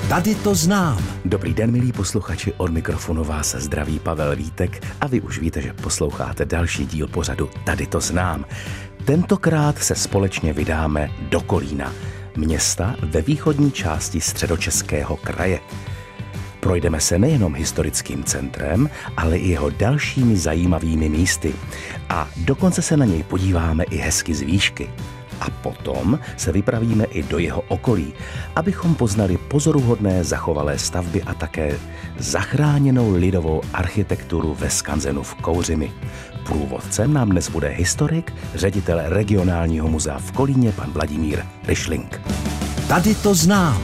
Tady to znám. Dobrý den, milí posluchači, od mikrofonu vás zdraví Pavel Vítek a vy už víte, že posloucháte další díl pořadu Tady to znám. Tentokrát se společně vydáme do Kolína, města ve východní části Středočeského kraje. Projdeme se nejenom historickým centrem, ale i jeho dalšími zajímavými místy. A dokonce se na něj podíváme i hezky z výšky. A potom se vypravíme i do jeho okolí, abychom poznali pozoruhodné zachovalé stavby a také zachráněnou lidovou architekturu ve skanzenu v Kouřimi. Průvodcem nám dnes bude historik, ředitel regionálního muzea v Kolíně, pan Vladimír Ryšlink. Tady to znám.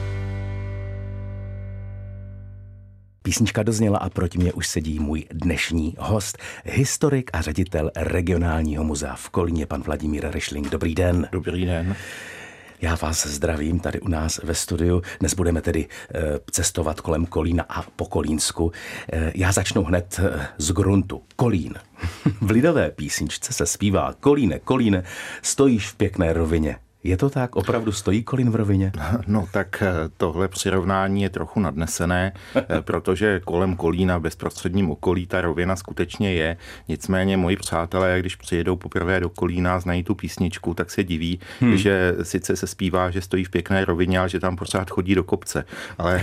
Písnička dozněla a proti mě už sedí můj dnešní host, historik a ředitel regionálního muzea v Kolíně, pan Vladimír Ryšlink. Dobrý den. Dobrý den. Já vás zdravím tady u nás ve studiu. Dnes budeme tedy cestovat kolem Kolína a po Kolínsku. Já začnu hned z gruntu. Kolín. V lidové písničce se zpívá Kolíne, Kolíne, stojíš v pěkné rovině. Je to tak? Opravdu stojí Kolín v rovině? No tak tohle přirovnání je trochu nadnesené, protože kolem Kolína v bezprostředním okolí ta rovina skutečně je. Nicméně moji přátelé, když přijedou poprvé do Kolína, znají tu písničku, tak se diví, že sice se zpívá, že stojí v pěkné rovině, ale že tam pořád chodí do kopce. Ale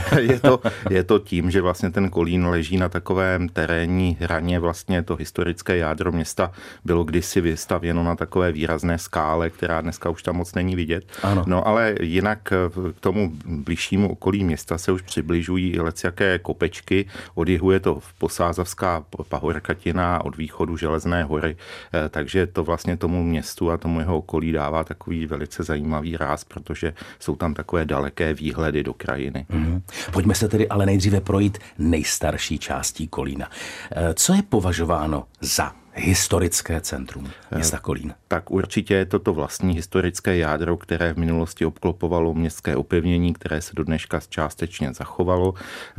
je to tím, že vlastně ten Kolín leží na takovém terénní hraně, vlastně to historické jádro města bylo kdysi vystavěno na takové výrazné skále, která dneska už tam moc není vidět. Ano. No ale jinak k tomu bližšímu okolí města se už přibližují lecjaké kopečky. Od jihu je to Posázavská pahorkatina, od východu Železné hory, takže to vlastně tomu městu a tomu jeho okolí dává takový velice zajímavý ráz, protože jsou tam takové daleké výhledy do krajiny. Pojďme se tedy ale nejdříve projít nejstarší částí Kolína. Co je považováno za historické centrum města Kolín? Tak určitě je to vlastní historické jádro, které v minulosti obklopovalo městské opevnění, které se do dneška částečně zachovalo.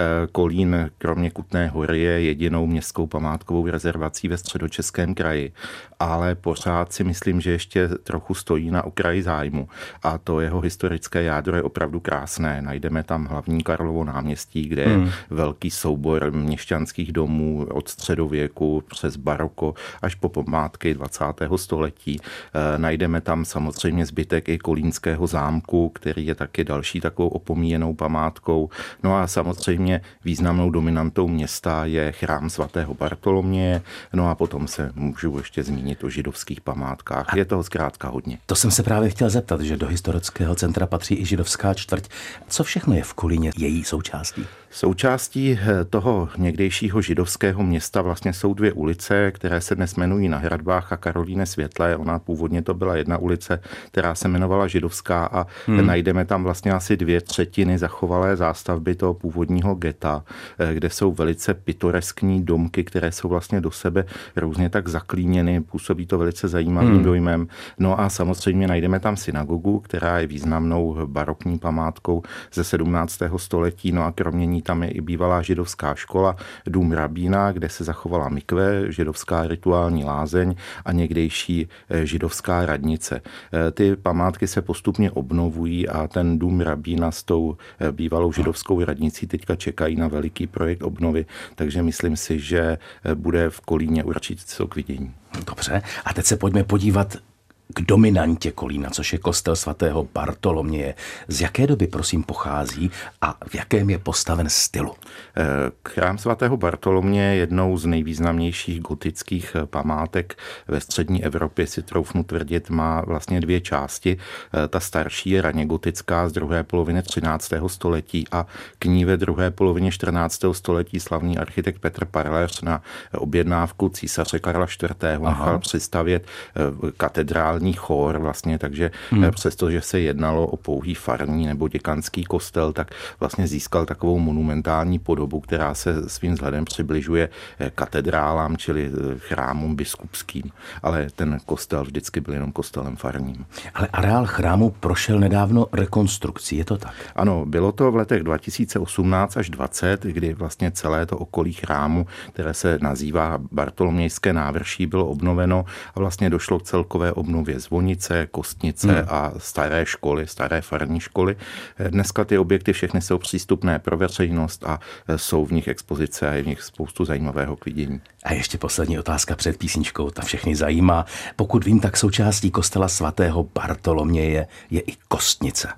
Kolín kromě Kutné Hory je jedinou městskou památkovou rezervací ve Středočeském kraji, ale pořád si myslím, že ještě trochu stojí na okraji zájmu. A to jeho historické jádro je opravdu krásné. Najdeme tam hlavní Karlovo náměstí, kde je velký soubor měšťanských domů od středověku přes baroko až po památky 20. století. Najdeme tam samozřejmě zbytek i Kolínského zámku, který je taky další takovou opomíjenou památkou. No a samozřejmě významnou dominantou města je chrám svatého Bartoloměje. No a potom se můžu ještě zmínit o židovských památkách. Je toho zkrátka hodně. To jsem se právě chtěl zeptat, že do historického centra patří i židovská čtvrť. Co všechno je v Kolíně její součástí? Součástí toho někdejšího židovského města vlastně jsou dvě ulice, které se dnes jmenují Na hradbách a Karolíne Světlé. Ona původně to byla jedna ulice, která se jmenovala Židovská a najdeme tam vlastně asi 2/3 zachovalé zástavby toho původního geta, kde jsou velice pitoreskní domky, které jsou vlastně do sebe různě tak zaklíněny. Působí to velice zajímavým dojmem. No a samozřejmě najdeme tam synagogu, která je významnou barokní památkou ze 17. století. No a kromě ní tam je i bývalá židovská škola, dům rabína, kde se zachovala mikve, židovská rituální lázeň a někdejší židovská radnice. Ty památky se postupně obnovují a ten dům rabína s tou bývalou židovskou radnicí teďka čekají na veliký projekt obnovy, takže myslím si, že bude v Kolíně určitě co k vidění. Dobře, a teď se pojďme podívat k dominantě Kolína, což je kostel svatého Bartoloměje. Z jaké doby, prosím, pochází a v jakém je postaven stylu? Chrám svatého Bartoloměje je jednou z nejvýznamnějších gotických památek ve střední Evropě, si troufnu tvrdit, má vlastně dvě části. Ta starší je raně gotická z druhé poloviny 13. století a k ní ve druhé polovině 14. století slavný architekt Petr Parléř na objednávku císaře Karla IV. Nechal přistavět katedrální chór vlastně, takže přestože se jednalo o pouhý farní nebo děkanský kostel, tak vlastně získal takovou monumentální podobu, která se svým vzhledem přibližuje katedrálám, čili chrámům biskupským. Ale ten kostel vždycky byl jenom kostelem farním. Ale areál chrámu prošel nedávno rekonstrukcí, je to tak? Ano, bylo to v letech 2018 až 2020, kdy vlastně celé to okolí chrámu, které se nazývá Bartolomějské návrší, bylo obnoveno a vlastně došlo k celkové obnově domově zvonice, kostnice a staré školy, staré farní školy. Dneska ty objekty všechny jsou přístupné pro veřejnost a jsou v nich expozice a je v nich spoustu zajímavého k vidění. A ještě poslední otázka před písničkou, ta všechny zajímá. Pokud vím, tak součástí kostela svatého Bartoloměje je i kostnice.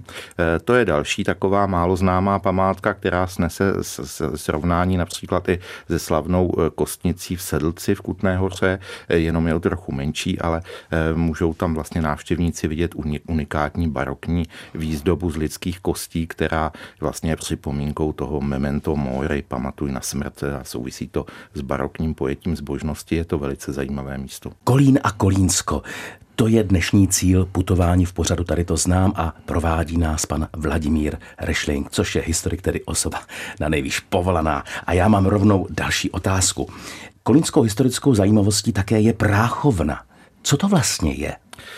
To je další taková málo známá památka, která snese srovnání například i se slavnou kostnicí v Sedlci v Kutné Hoře, jenom je o trochu menší, ale můžou tam vlastně návštěvníci vidět unikátní barokní výzdobu z lidských kostí, která vlastně je připomínkou toho memento mori, pamatuj na smrt, a souvisí to s barokním pojetím zbožnosti. Je to velice zajímavé místo. Kolín a Kolínsko. To je dnešní cíl putování v pořadu Tady to znám a provádí nás pan Vladimír Ryšlink, což je historik, tedy osoba na nejvýš povolaná. A já mám rovnou další otázku. Kolínskou historickou zajímavostí také je Práchovna. Co to vlastně je?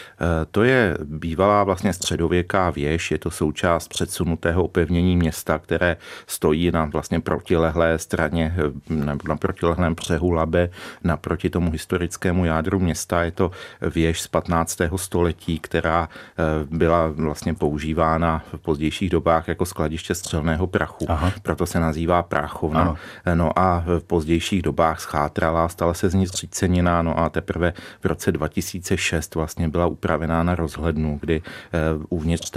To je bývalá vlastně středověká věž, je to součást předsunutého opevnění města, které stojí na vlastně protilehlé straně, na protilehlém břehu Labe, naproti tomu historickému jádru města. Je to věž z 15. století, která byla vlastně používána v pozdějších dobách jako skladiště střelného prachu. Aha. Proto se nazývá Práchovna. Ano. No a v pozdějších dobách schátrala, stala se z ní zřícenina, no a teprve v roce 2006 vlastně byla upravená na rozhlednu, kdy uvnitř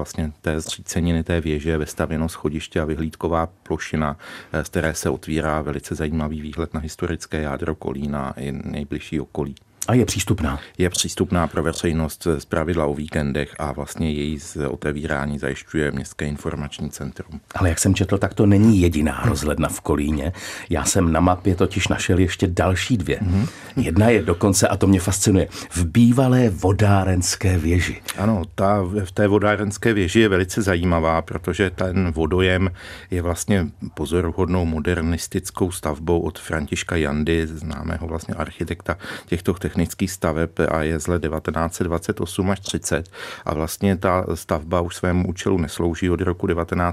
té zříceniny té věže je vestavěno schodiště a vyhlídková plošina, z které se otvírá velice zajímavý výhled na historické jádro Kolína i nejbližší okolí. A je přístupná? Je přístupná pro veřejnost zpravidla o víkendech a vlastně její otevírání zajišťuje Městské informační centrum. Ale jak jsem četl, tak to není jediná rozhledna v Kolíně. Já jsem na mapě totiž našel ještě další dvě. Jedna je dokonce, a to mě fascinuje, v bývalé vodárenské věži. Ano, v té vodárenské věži je velice zajímavá, protože ten vodojem je vlastně pozoruhodnou modernistickou stavbou od Františka Jandy, známého vlastně architekta těchto technických staveb, a je z let 1928 až 30 a vlastně ta stavba už svému účelu neslouží od roku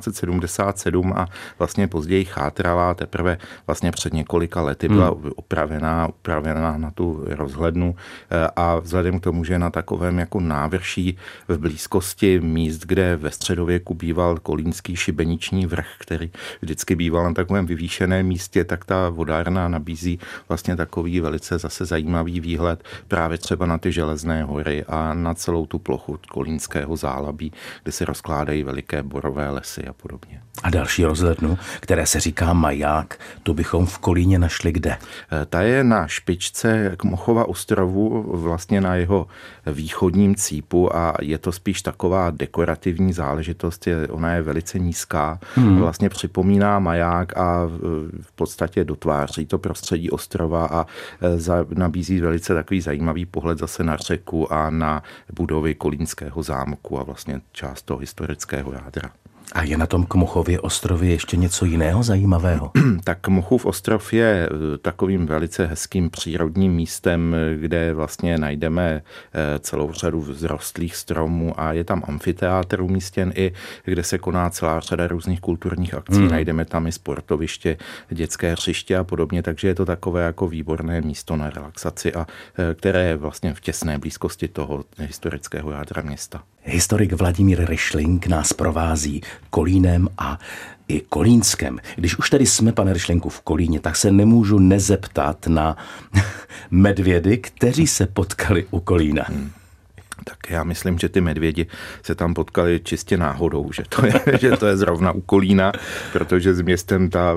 1977 a vlastně později chátrala, teprve vlastně před několika lety byla upravená na tu rozhlednu a vzhledem k tomu, že na takovém jako návrší v blízkosti míst, kde ve středověku býval kolínský šibeniční vrch, který vždycky býval na takovém vyvýšeném místě, tak ta vodárna nabízí vlastně takový velice zase zajímavý výhled právě třeba na ty Železné hory a na celou tu plochu Kolínského zálaví, kde se rozkládají veliké borové lesy a podobně. A další rozhlednu, které se říká Maják, tu bychom v Kolíně našli kde? Ta je na špičce Kmochova ostrovu, vlastně na jeho východním cípu a je to spíš taková dekorativní záležitost, ona je velice nízká, vlastně připomíná maják a v podstatě dotváří to prostředí ostrova a nabízí velice takový zajímavý pohled zase na řeku a na budovy Kolínského zámku a vlastně část toho historického jádra. A je na tom Kmochově ostrově ještě něco jiného zajímavého? Tak Kmochův ostrov je takovým velice hezkým přírodním místem, kde vlastně najdeme celou řadu vzrostlých stromů a je tam amfiteátr umístěn i, kde se koná celá řada různých kulturních akcí. Najdeme tam i sportoviště, dětské hřiště a podobně, takže je to takové jako výborné místo na relaxaci a které je vlastně v těsné blízkosti toho historického jádra města. Historik Vladimír Ryšlink nás provází Kolínem a i Kolínskem. Když už tady jsme, pane Ryšlinku, v Kolíně, tak se nemůžu nezeptat na medvědy, kteří se potkali u Kolína. Tak já myslím, že ty medvědi se tam potkali čistě náhodou, že to je zrovna u Kolína, protože s městem ta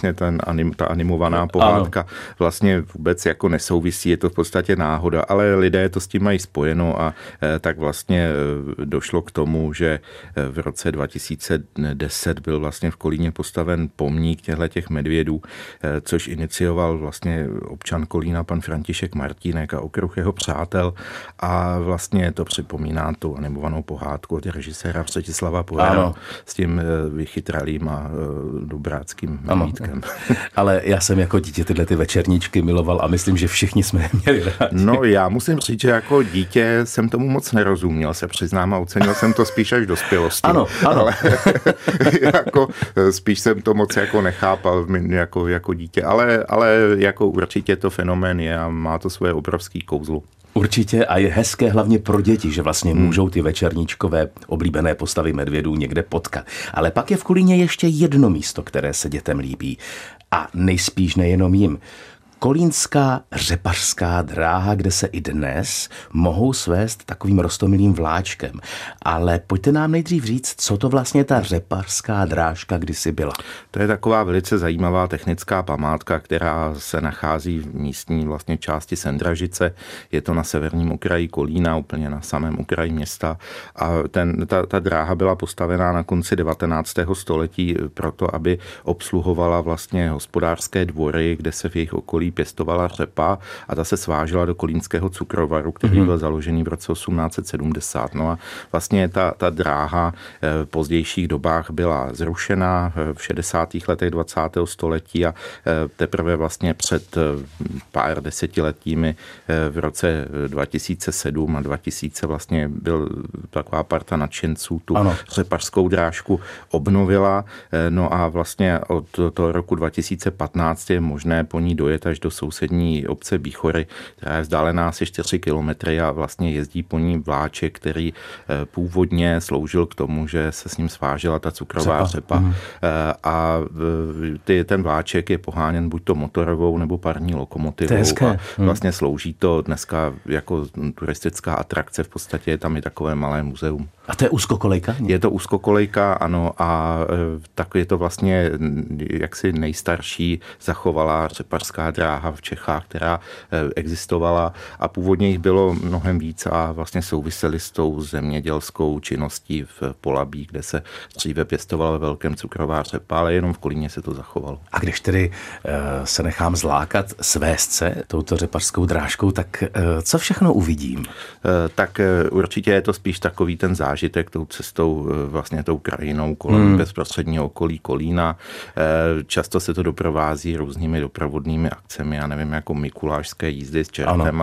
animovaná pohádka vlastně vůbec jako nesouvisí, je to v podstatě náhoda, ale lidé to s tím mají spojeno a tak vlastně došlo k tomu, že v roce 2010 byl vlastně v Kolíně postaven pomník těch medvědů, což inicioval vlastně občan Kolína pan František Martínek a okruh jeho přátel a vlastně to připomíná tu animovanou pohádku od režiséra Břetislava Pojera s tím vychytralým a dobráckým medvídkem. Ale já jsem jako dítě tyhle ty večerníčky miloval a myslím, že všichni jsme je měli rádi. No já musím říct, že jako dítě jsem tomu moc nerozuměl, se přiznám a ocenil jsem to spíš až v dospělosti. Ano. Ale jako spíš jsem to moc jako nechápal jako dítě, ale jako určitě to fenomén je a má to svoje obrovský kouzlo. Určitě a je hezké hlavně pro děti, že vlastně můžou ty večerníčkové oblíbené postavy medvědů někde potkat. Ale pak je v Kolíně ještě jedno místo, které se dětem líbí. A nejspíš nejenom jim. Kolínská řepařská dráha, kde se i dnes mohou svést takovým roztomilým vláčkem. Ale pojďte nám nejdřív říct, co to vlastně ta řepařská drážka kdysi byla. To je taková velice zajímavá technická památka, která se nachází v místní vlastně části Sendražice. Je to na severním okraji Kolína, úplně na samém okraji města. A ta dráha byla postavená na konci 19. století proto, aby obsluhovala vlastně hospodářské dvory, kde se v jejich okolí pěstovala řepa a ta se svážela do kolínského cukrovaru, který byl založený v roce 1870. No a vlastně ta dráha v pozdějších dobách byla zrušena v 60. letech 20. století a teprve vlastně před pár desetiletími v roce 2007 a 2000 vlastně byl taková parta nadšenců tu řepařskou drážku obnovila. No a vlastně od toho roku 2015 je možné po ní dojet až do sousední obce Bíchory, která je vzdálená asi 4 kilometry a vlastně jezdí po ní vláček, který původně sloužil k tomu, že se s ním svážela ta cukrová řepa. A ten vláček je poháněn buď to motorovou nebo parní lokomotivou. A vlastně slouží to dneska jako turistická atrakce, v podstatě je tam i takové malé muzeum. A to je úzkokolejka? Je to úzkokolejka, ano, a tak je to vlastně jaksi nejstarší zachovalá řepařská dráha v Čechách, která existovala a původně jich bylo mnohem víc a vlastně souvisely s tou zemědělskou činností v Polabí, kde se dříve pěstovala ve velkém cukrová řepa, ale jenom v Kolíně se to zachovalo. A když tedy se nechám zlákat svést se touto řepařskou drážkou, tak co všechno uvidím? Tak určitě je to spíš takový ten zážitek tou cestou, vlastně tou krajinou kolem bezprostředního okolí Kolína. Často se to doprovází různými doprovodnými akcemi, já nevím, jako mikulášské jízdy s čertem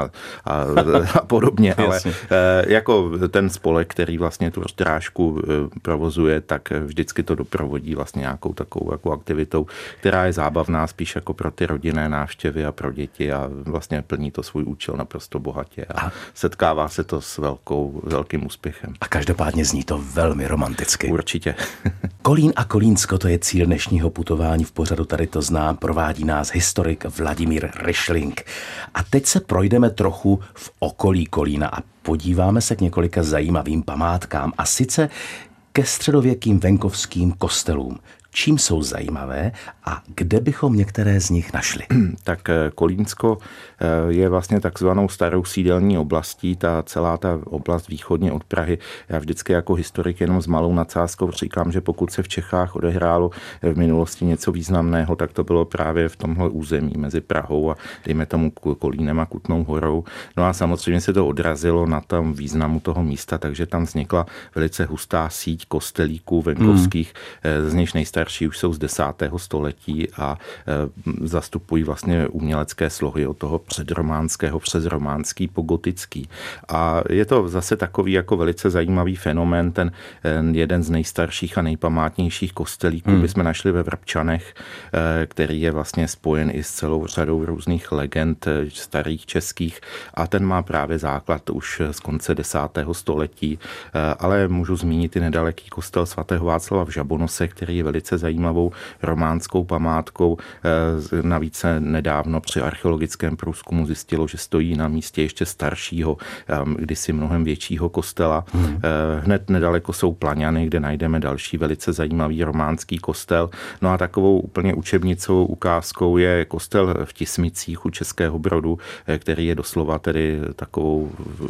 a podobně, ale jako ten spolek, který vlastně tu drážku provozuje, tak vždycky to doprovodí vlastně nějakou takovou jako aktivitou, která je zábavná spíš jako pro ty rodinné návštěvy a pro děti a vlastně plní to svůj účel naprosto bohatě a setkává se to s velkým úspěchem. A každopádně zní to velmi romanticky. Určitě. Kolín a Kolínsko, to je cíl dnešního putování v pořadu Tady to znám, provádí nás historik Vladimír Ryšlink. A teď se projdeme trochu v okolí Kolína a podíváme se k několika zajímavým památkám a sice ke středověkým venkovským kostelům. Čím jsou zajímavé a kde bychom některé z nich našli? Tak Kolínsko je vlastně takzvanou starou sídelní oblastí, celá ta oblast východně od Prahy. Já vždycky jako historik jenom s malou nadsázkou říkám, že pokud se v Čechách odehrálo v minulosti něco významného, tak to bylo právě v tomhle území mezi Prahou a dejme tomu Kolínem a Kutnou Horou. No a samozřejmě se to odrazilo na tom významu toho místa, takže tam vznikla velice hustá síť kostelíků venkovských, z nichž nejstarší už jsou z 10. století a zastupují vlastně umělecké slohy od toho předrománského přes románský po gotický. A je to zase takový jako velice zajímavý fenomén, ten jeden z nejstarších a nejpamátnějších kostelíků bychom našli ve Vrbčanech, který je vlastně spojen i s celou řadou různých legend starých českých a ten má právě základ už z konce 10. století, ale můžu zmínit i nedaleký kostel svatého Václava v Žabonose, který je velice zajímavou románskou památkou. Navíc se nedávno při archeologickém průzkumu zjistilo, že stojí na místě ještě staršího, kdysi mnohem většího kostela. Hned nedaleko jsou Plaňany, kde najdeme další velice zajímavý románský kostel. No a takovou úplně učebnicovou ukázkou je kostel v Tismicích u Českého Brodu, který je doslova tedy takovou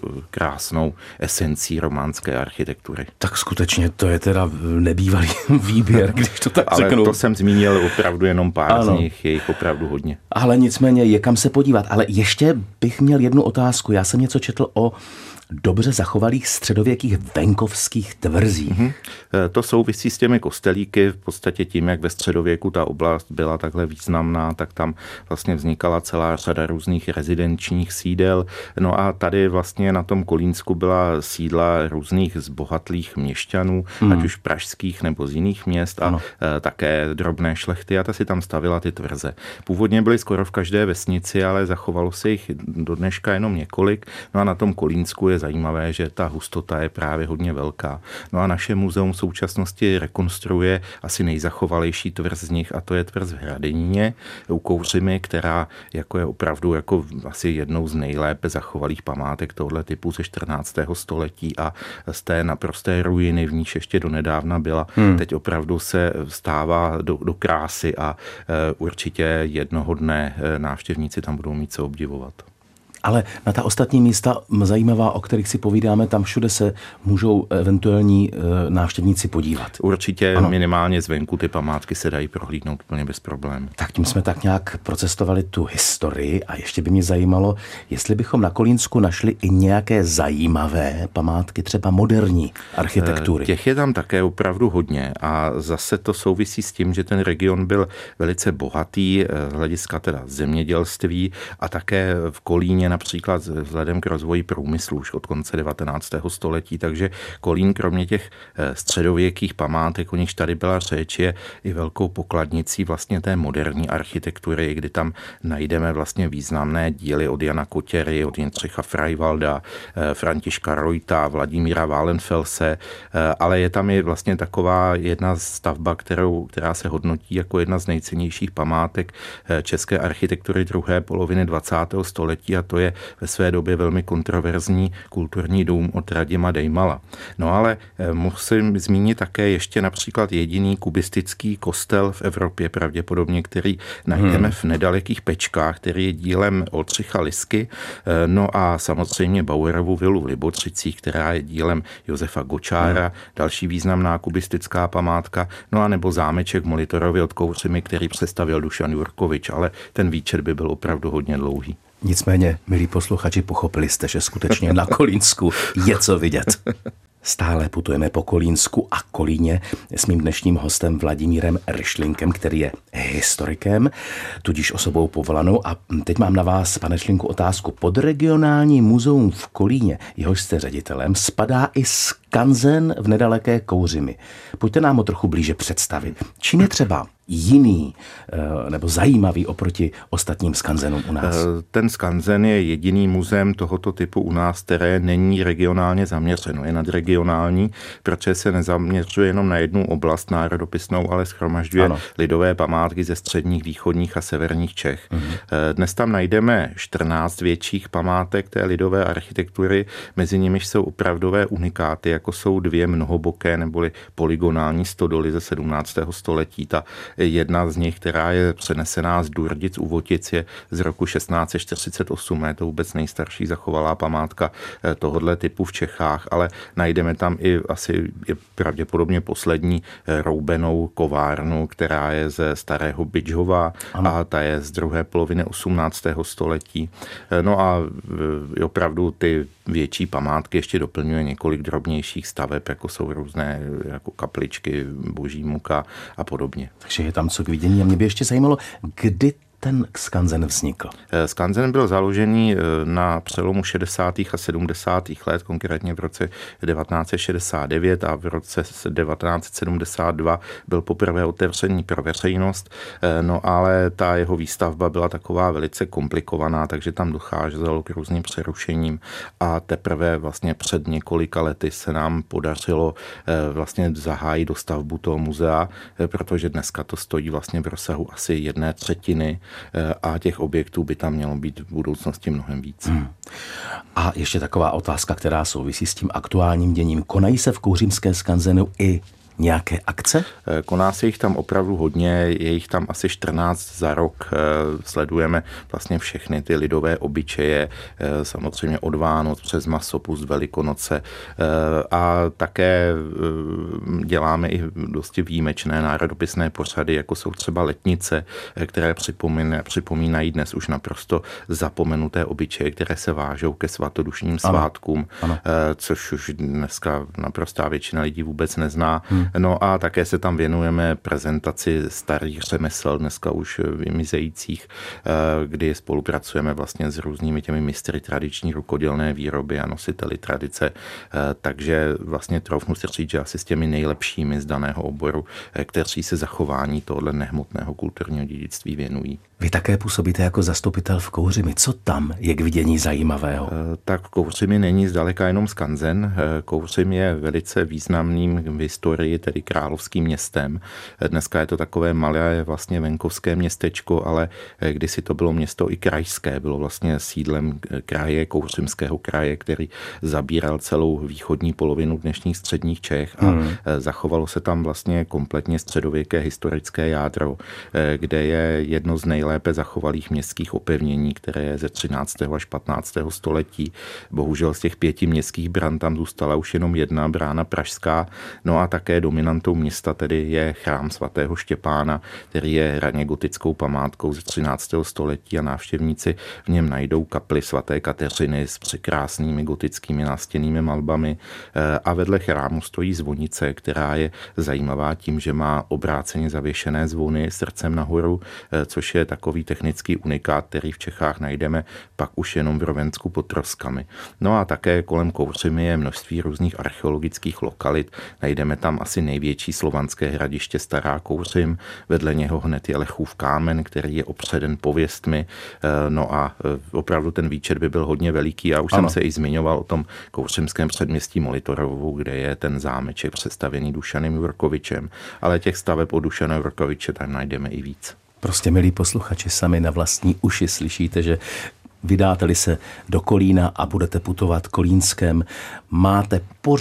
krásnou esencí románské architektury. Tak skutečně to je teda nebývalý výběr, když to tak ale řeknu. To jsem zmínil opravdu jenom pár z nich, je jich opravdu hodně. Ale nicméně je kam se podívat. Ale ještě bych měl jednu otázku. Já jsem něco četl o dobře zachovalých středověkých venkovských tvrzích. To souvisí s těmi kostelíky, v podstatě tím, jak ve středověku ta oblast byla takhle významná, tak tam vlastně vznikala celá řada různých rezidenčních sídel. No a tady vlastně na tom Kolínsku byla sídla různých zbohatlých měšťanů, ať už pražských nebo z jiných měst a také drobné šlechty a ta si tam stavila ty tvrze. Původně byly skoro v každé vesnici, ale zachovalo se jich do dneška jenom několik. No a na tom Kolínsku je zajímavé, že ta hustota je právě hodně velká. No a naše muzeum v současnosti rekonstruuje asi nejzachovalejší tvrz z nich a to je tvrz v Hradeníně u Kouřimy, která jako je opravdu jako asi jednou z nejlépe zachovalých památek tohoto typu ze 14. století a z té naprosté ruiny, v níž ještě donedávna byla. Teď opravdu se stává do krásy a určitě jednoho dne návštěvníci tam budou mít co obdivovat. Ale na ta ostatní místa zajímavá, o kterých si povídáme, tam všude se můžou eventuální návštěvníci podívat. Určitě minimálně zvenku ty památky se dají prohlídnout úplně bez problémů. Tak tím jsme tak nějak procestovali tu historii a ještě by mě zajímalo, jestli bychom na Kolínsku našli i nějaké zajímavé památky, třeba moderní architektury. Těch je tam také opravdu hodně a zase to souvisí s tím, že ten region byl velice bohatý z hlediska teda zemědělství a také v Kolíně například vzhledem k rozvoji průmyslu už od konce 19. století, takže Kolín kromě těch středověkých památek, o nichž tady byla řeč, je i velkou pokladnicí vlastně té moderní architektury, kdy tam najdeme vlastně významné díly od Jana Kotěry, od Jindřicha Freiwalda, Františka Reuta, Vladimíra Wallenfelse, ale je tam i vlastně taková jedna stavba, která se hodnotí jako jedna z nejcennějších památek české architektury druhé poloviny 20. století a to je ve své době velmi kontroverzní kulturní dům od Radima Dejmala. No ale musím zmínit také ještě například jediný kubistický kostel v Evropě pravděpodobně, který najdeme v nedalekých Pečkách, který je dílem Oldřicha Lisky, no a samozřejmě Bauerovu vilu v Libotřicích, která je dílem Josefa Gočára, další významná kubistická památka, no a nebo zámeček Monitorovy od Kouřimy, který přestavěl Dušan Jurkovič, ale ten výčet by byl opravdu hodně dlouhý. Nicméně, milí posluchači, pochopili jste, že skutečně na Kolínsku je co vidět. Stále putujeme po Kolínsku a Kolíně s mým dnešním hostem Vladimírem Ryšlinkem, který je historikem, tudíž osobou povolanou. A teď mám na vás, pane Ryšlinku, otázku. Pod regionální muzeum v Kolíně, jehož jste ředitelem, spadá i skanzen v nedaleké Kouřimi. Pojďte nám ho trochu blíže představit. Čím je třeba jiný nebo zajímavý oproti ostatním skanzenům u nás? Ten skanzen je jediný muzeum tohoto typu u nás, které není regionálně zaměřeno. Je nadregionální, protože se nezaměřuje jenom na jednu oblast národopisnou, ale shromažďuje lidové památky ze středních, východních a severních Čech. Dnes tam najdeme 14 větších památek té lidové architektury, mezi nimiž jsou opravdové unikáty, jako jsou dvě mnohoboké neboli polygonální stodoly ze 17. století. Ta jedna z nich, která je přenesená z Durdic u Votic, je z roku 1648. Je to vůbec nejstarší zachovalá památka tohoto typu v Čechách, ale najdeme tam i asi pravděpodobně poslední roubenou kovárnu, která je ze starého Bydžhova a ta je z druhé poloviny 18. století. No a opravdu ty větší památky ještě doplňuje několik drobnějších staveb, jako jsou různé jako kapličky, boží muka a podobně. Takže je tam co k vidění a mě by ještě zajímalo, kdy ten skanzen vznikl? Skanzen byl založený na přelomu 60. a 70. let, konkrétně v roce 1969 a v roce 1972 byl poprvé otevřený pro veřejnost, no ale ta jeho výstavba byla taková velice komplikovaná, takže tam docházelo k různým přerušením a teprve vlastně před několika lety se nám podařilo vlastně zahájit dostavbu toho muzea, protože dneska to stojí vlastně v rozsahu asi 1/3 a těch objektů by tam mělo být v budoucnosti mnohem víc. A ještě taková otázka, která souvisí s tím aktuálním děním. Konají se v Kouřimské skanzenu i nějaké akce? Koná se jich tam opravdu hodně, je jich tam asi 14 za rok. Sledujeme vlastně všechny ty lidové obyčeje, samozřejmě od Vánoc přes Masopust, Velikonoce a také děláme i dosti výjimečné národopisné pořady, jako jsou třeba letnice, které připomínají dnes už naprosto zapomenuté obyčeje, které se vážou ke svatodušním svátkům, což už dneska naprostá většina lidí vůbec nezná. No a také se tam věnujeme prezentaci starých řemesel, dneska už vymizejících, kdy spolupracujeme vlastně s různými těmi mistry tradiční rukodělné výroby a nositeli tradice, takže vlastně troufnu si říct, že asi s těmi nejlepšími z daného oboru, kteří se zachování tohoto nehmotného kulturního dědictví věnují. Vy také působíte jako zastupitel v Kouřimi. Co tam je k vidění zajímavého? Tak Kouřimi není zdaleka jenom skanzen. Kouřim je velice významným v historii, tedy královským městem. Dneska je to takové malé vlastně venkovské městečko, ale kdysi to bylo město i krajské. Bylo vlastně sídlem kraje, Kouřimského kraje, který zabíral celou východní polovinu dnešních středních Čech a zachovalo se tam vlastně kompletně středověké historické jádro, kde je jedno z nejlépe zachovalých městských opevnění, které je ze 13. až 15. století. Bohužel z těch 5 městských bran tam zůstala už jenom jedna, brána pražská. No a také dominantou města tedy je chrám svatého Štěpána, který je raně gotickou památkou ze 13. století a návštěvníci v něm najdou kapli svaté Kateřiny s překrásnými gotickými nástěnnými malbami a vedle chrámu stojí zvonice, která je zajímavá tím, že má obráceně zavěšené zvony srdcem nahoru, což je takový technický unikát, který v Čechách najdeme pak už jenom v Rovensku pod Troskami. No a také kolem Kouřimi je množství různých archeologických lokalit. Najdeme tam asi největší slovanské hradiště Stará Kouřim, vedle něho hned je Lechův kámen, který je opředen pověstmi. No a opravdu ten výčet by byl hodně veliký. Já už jsem se i zmiňoval o tom kouřimském předměstí Molitorovu, kde je ten zámeček přestavěný Dušanem Jurkovičem, ale těch staveb od Dušana Jurkoviče tam najdeme i víc. Prostě, milí posluchači, sami na vlastní uši slyšíte, že vydáte-li se do Kolína a budete putovat Kolínskem, máte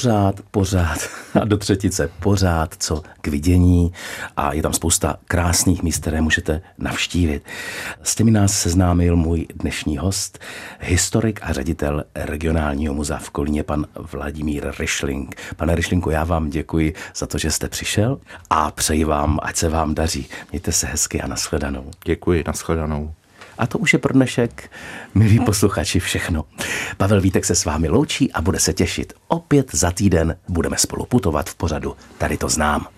pořád a do Třetice pořád co k vidění a je tam spousta krásných míst, které můžete navštívit. S těmi nás seznámil můj dnešní host, historik a ředitel regionálního muzea v Kolíně, pan Vladimír Ryšlink. Pane Ryšlinku, já vám děkuji za to, že jste přišel a přeji vám, ať se vám daří. Mějte se hezky a nashledanou. Děkuji, nashledanou. A to už je pro dnešek, milí posluchači, všechno. Pavel Vítek se s vámi loučí a bude se těšit. Opět za týden budeme spolu putovat v pořadu Tady to znám.